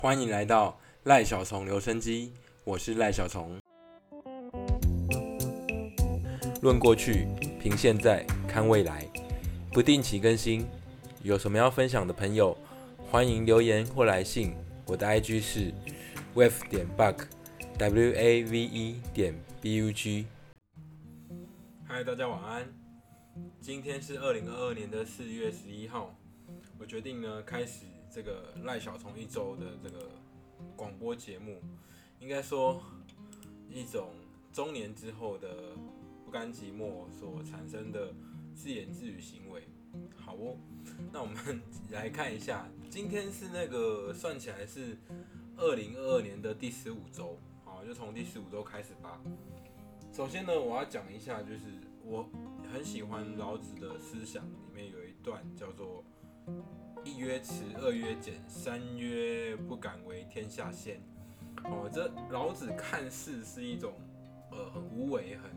欢迎来到赖小虫留声机，我是赖小虫。论过去，评现在，看未来，不定期更新。有什么要分享的朋友，欢迎留言或来信。我的 IG 是 wave.bug。嗨，大家晚安。今天是2022年的4月11号，我决定呢开始这个赖小虫一周的这个广播节目，应该说一种中年之后的不甘寂寞所产生的自言自语行为。好哦，那我们来看一下，今天是那个算起来是2022年的第15周，好，就从第15周开始吧。首先呢，我要讲一下，就是我很喜欢老子的思想，里面有一段叫做“一曰迟，二曰简，三曰不敢为天下先”。这老子看似是一种很无为、很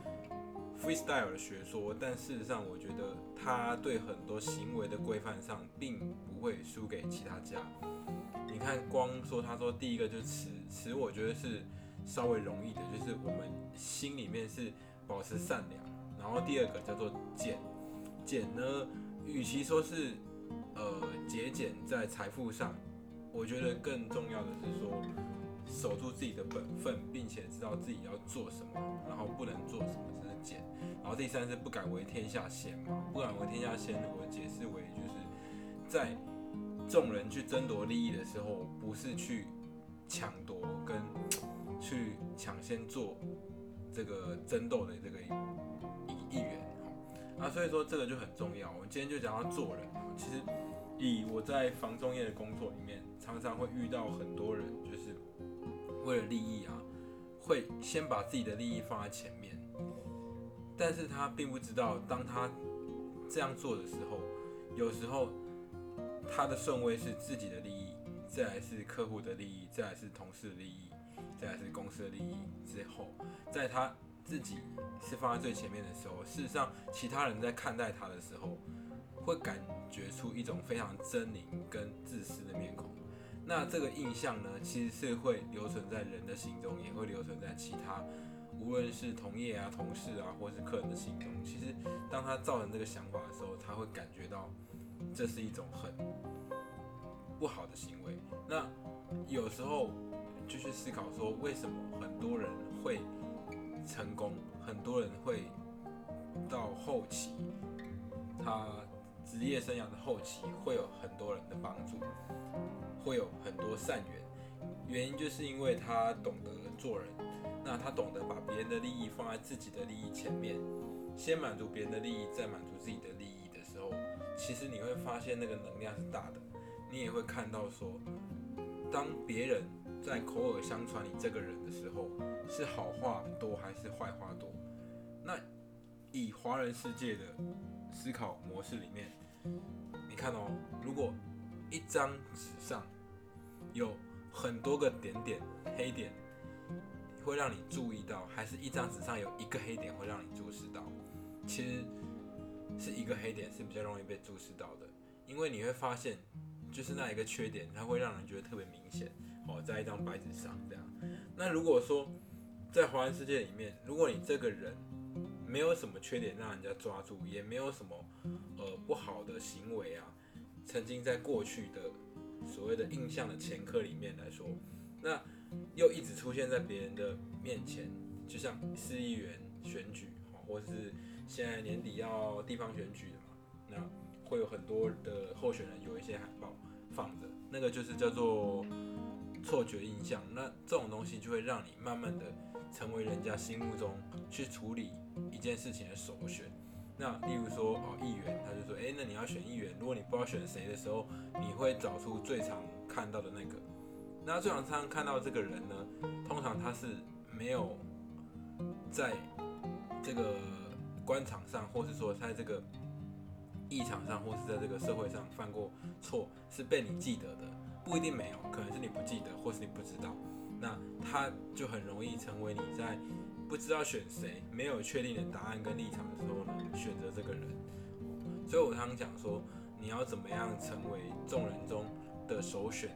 freestyle 的学说，但事实上，我觉得他对很多行为的规范上，并不会输给其他家。你看，光说他说第一个就是迟，我觉得是稍微容易的，就是我们心里面是保持善良。然后第二个叫做俭呢，与其说是节俭在财富上，我觉得更重要的是说守住自己的本分，并且知道自己要做什么，然后不能做什么，这是俭。然后第三是不敢为天下先嘛，不敢为天下先，我解释为就是在众人去争夺利益的时候，不是去抢夺跟去抢先做这个争斗的这个一员所以说这个就很重要。我们今天就讲到做人，其实以我在房仲业的工作里面，常常会遇到很多人，就是为了利益会先把自己的利益放在前面，但是他并不知道，当他这样做的时候，有时候他的顺位是自己的利益，再来是客户的利益，再来是同事的利益，再来是公司的利益之后，在他自己是放在最前面的时候，事实上其他人在看待他的时候，会感觉出一种非常狰狞跟自私的面孔。那这个印象呢，其实是会留存在人的心中，也会留存在其他无论是同业同事或是客人的心中。其实当他造成这个想法的时候，他会感觉到这是一种很不好的行为。那有时候就去思考说，为什么很多人会成功，很多人会到后期，他职业生涯的后期会有很多人的帮助，会有很多善缘。原因就是因为他懂得做人，那他懂得把别人的利益放在自己的利益前面，先满足别人的利益，再满足自己的利益的时候，其实你会发现那个能量是大的。你也会看到说，当别人在口耳相传你这个人的时候，是好话多还是坏话多？那以华人世界的思考模式里面，你看如果一张纸上有很多个点点黑点会让你注意到，还是一张纸上有一个黑点会让你注视到？其实是一个黑点是比较容易被注视到的，因为你会发现，就是那一个缺点，它会让人觉得特别明显在一张白纸上这样。那如果说在华人世界里面，如果你这个人没有什么缺点让人家抓住，也没有什么不好的行为曾经在过去的所谓的印象的前科里面来说，那又一直出现在别人的面前，就像市议员选举，或是现在年底要地方选举的嘛，那会有很多的候选人有一些海报放着，那个就是叫做错觉印象。那这种东西就会让你慢慢的成为人家心目中去处理一件事情的首选。那例如说议员，他就说，那你要选议员，如果你不知道选谁的时候，你会找出最常看到的那个。那最常看到这个人呢，通常他是没有在这个官场上，或是说在这个议场上，或是在这个社会上犯过错，是被你记得的，不一定没有，可能是你不记得，或是你不知道。那他就很容易成为你在不知道选谁、没有确定的答案跟立场的时候呢，选择这个人。所以我常常讲说，你要怎么样成为众人中的首选呢？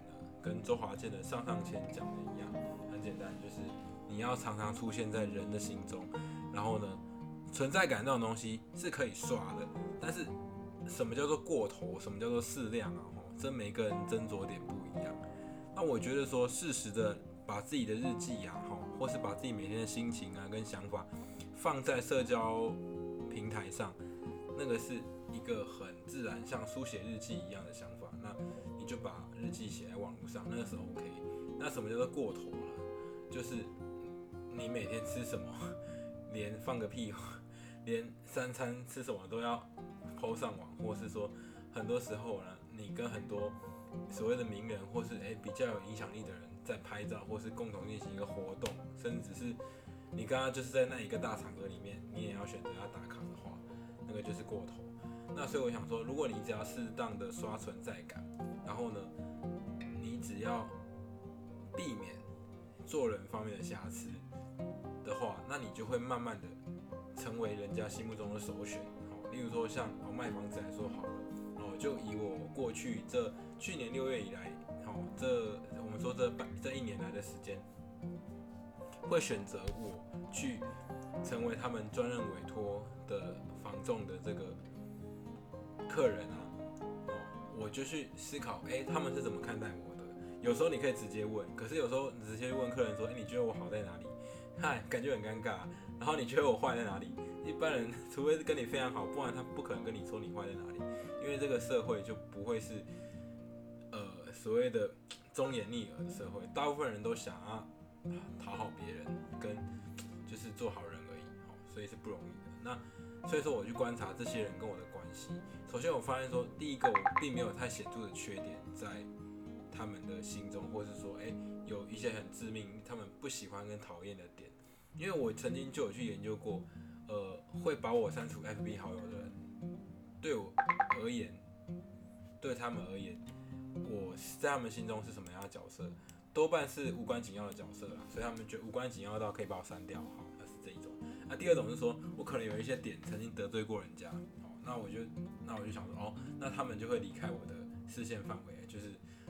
跟周华健的上上签讲的一样，很简单，就是你要常常出现在人的心中，然后呢，存在感这种东西是可以刷的，但是什么叫做过头，什么叫做适量啊？这每个人斟酌点不一样。那我觉得说，适时的把自己的日记啊，或是把自己每天的心情啊跟想法放在社交平台上，那个是一个很自然，像书写日记一样的想法。那你就把日记写在网络上，那个是 OK。那什么叫做过头呢？就是你每天吃什么，连放个屁，连三餐吃什么都要 po 上网，或是说很多时候呢，你跟很多所谓的名人或是比较有影响力的人在拍照，或是共同进行一个活动，甚至是你刚刚就是在那一个大场合里面，你也要选择要打卡的话，那个就是过头。那所以我想说，如果你只要适当的刷存在感，然后呢，你只要避免做人方面的瑕疵的话，那你就会慢慢的成为人家心目中的首选。例如说像卖房子来说好了，就以我过去去年6月以来，我们说这1年来的时间，会选择我去成为他们专任委托的房仲的这个客人啊，我就去思考，他们是怎么看待我的？有时候你可以直接问，可是有时候你直接问客人说，你觉得我好在哪里？感觉很尴尬。然后你觉得我坏在哪里？一般人除非是跟你非常好，不然他不可能跟你说你坏在哪里，因为这个社会就不会是所谓的忠言逆耳的社会，大部分人都想要讨好别人，跟就是做好人而已，所以是不容易的。那所以说我去观察这些人跟我的关系，首先我发现说，第一个我并没有太显著的缺点在他们的心中，或是说有一些很致命他们不喜欢跟讨厌的点，因为我曾经就有去研究过，会把我删除 FB 好友的人，对我而言，对他们而言，我在他们心中是什么样的角色？多半是无关紧要的角色啦，所以他们觉得无关紧要到可以把我删掉，好，那是这一种。那第二种是说，我可能有一些点曾经得罪过人家，那我就想说，那他们就会离开我的视线范围，就是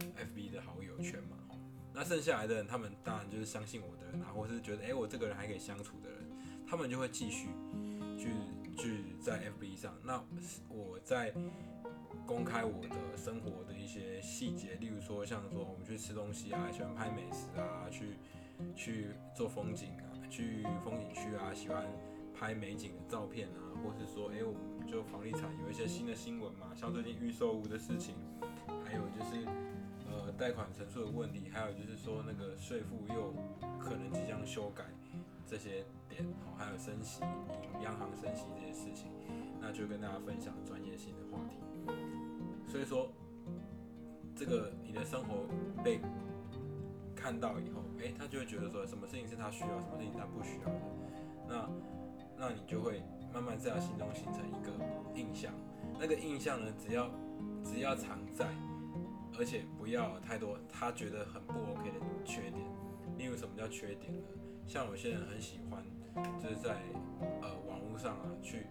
FB 的好友圈嘛，那剩下来的人，他们当然就是相信我的人啊，或是觉得我这个人还可以相处的人，他们就会继续去在 FB 上。那我在公开我的生活的一些细节，例如说像说我们去吃东西啊，喜欢拍美食啊，去做风景啊，去风景区啊，喜欢拍美景的照片啊，或是说我们就房地产有一些新的新闻嘛，像最近预售屋的事情，还有就是贷款成数的问题，还有就是说那个税负又可能即将修改这些点，还有升息，央行升息这些事情，那就跟大家分享专业性的话题。所以说，这个你的生活被看到以后，他就会觉得说，什么事情是他需要，什么事情他不需要的。那你就会慢慢在他心中形成一个印象。那个印象呢，只要常在，而且不要有太多他觉得很不 OK 的缺点。例如什么叫缺点呢？像有些人很喜欢，就是在网络上啊去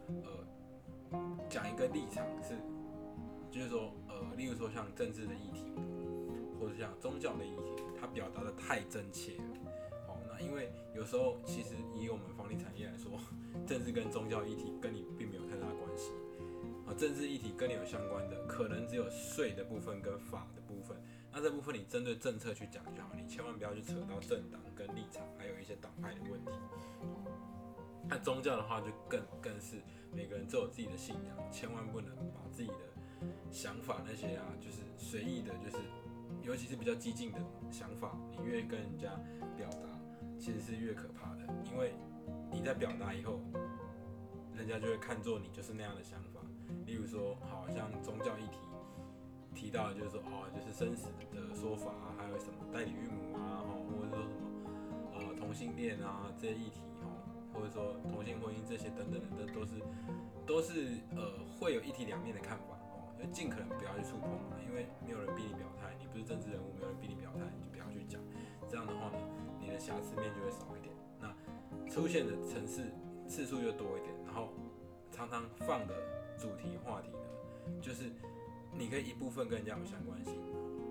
讲一个立场是。就是说，例如说像政治的议题，或者像宗教的议题，它表达的太真切了。那因为有时候其实以我们房地产业来说，政治跟宗教议题跟你并没有太大关系。政治议题跟你有相关的，可能只有税的部分跟法的部分。那这部分你针对政策去讲就好，你千万不要去扯到政党跟立场，还有一些党派的问题。那宗教的话就更是每个人都有自己的信仰，千万不能把自己的想法那些啊，就是随意的，就是尤其是比较激进的想法，你越跟人家表达，其实是越可怕的，因为你在表达以后，人家就会看作你就是那样的想法。例如说，好像宗教议题提到的就是说，就是生死的说法啊，还有什么代理孕母啊，或者说什么同性恋啊这些议题，或者说同性婚姻这些等等的，都是会有一体两面的看法。就尽可能不要去触碰嘛，因为没有人逼你表态，你不是政治人物，没有人逼你表态，你就不要去讲。这样的话呢，你的瑕疵面就会少一点，那出现的次数就多一点，然后常常放的主题话题呢，就是你可以一部分跟人家有相关性，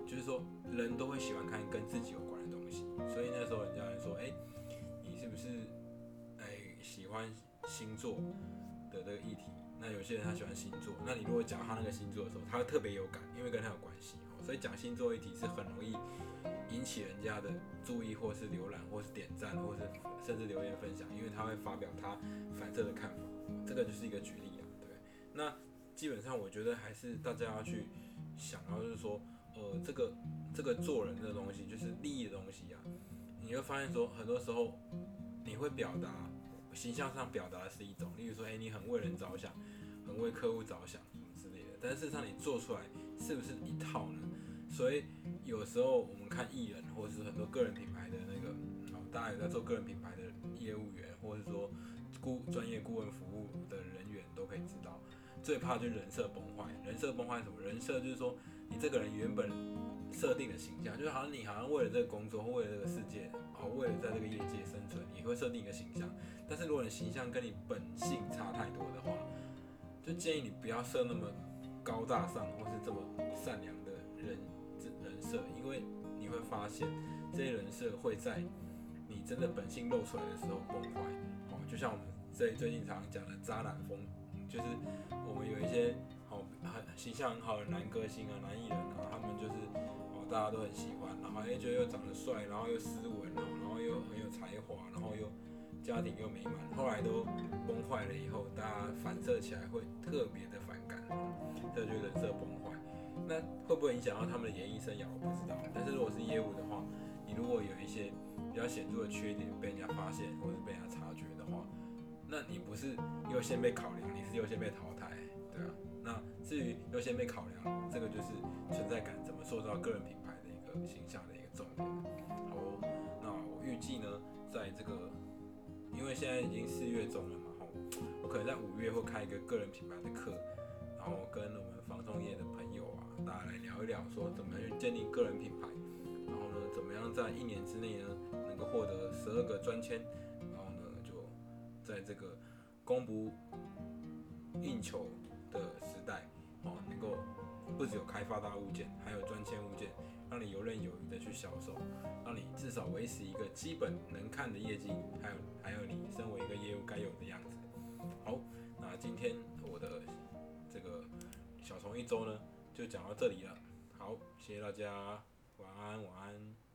就是说人都会喜欢看跟自己有关的东西，所以那时候人家来说，你是不是喜欢星座的这个议题？那有些人他喜欢星座，那你如果讲他那个星座的时候，他会特别有感，因为跟他有关系，所以讲星座议题是很容易引起人家的注意，或是浏览，或是点赞，或是甚至留言分享，因为他会发表他反射的看法，这个就是一个举例啊，对。那基本上我觉得还是大家要去想到，就是说，这个做人的东西，就是利益的东西啊，你会发现说，很多时候你会表达形象上表达的是一种，例如说，你很为人着想，很为客户着想什么之类的，但事实上你做出来是不是一套呢？所以有时候我们看艺人，或者是很多个人品牌的那个，大家有在做个人品牌的业务员，或者说专业顾问服务的人员都可以知道，最怕就是人设崩坏。人设崩坏是什么？人设就是说你这个人原本设定的形象，就是好像你好像为了这个工作或为了这个世界，为了在这个业界生存，你会设定一个形象。但是如果你形象跟你本性差太多的话，就建议你不要设那么高大上或是这么善良的人设，因为你会发现这些人设会在你真的本性露出来的时候崩坏。就像我们最近常常讲的渣男风，就是我们有一些形象很好的男歌星啊、男艺人啊，他们就是大家都很喜欢，然后觉得又长得帅，然后又斯文，然后又很有才华，然后又家庭又美满，后来都崩坏了以后，大家反射起来会特别的反感，这就是人设崩坏。那会不会影响到他们的演艺生涯？我不知道。但是如果是业务的话，你如果有一些比较显著的缺点被人家发现或是被人家察觉的话，那你不是优先被考量，你是优先被淘汰，对啊。那至于优先被考量，这个就是存在感怎么塑造个人品牌的一个形象的一个重点。好那我预计呢，在这个因为现在已经4月中了嘛，我可能在5月会开一个个人品牌的课，然后跟我们房仲业的朋友啊，大家来聊一聊，说怎么样去建立个人品牌，然后呢，怎么样在1年之内呢，能够获得12个专签，然后呢，就在这个供不应求的时代，能够不只有开发大物件，还有专签物件，让你游刃有余的去销售，让你至少维持一个基本能看的业绩，还有你身为一个业务该有的样子。好，那今天我的这个小虫一周呢，就讲到这里了。好，谢谢大家，晚安，晚安。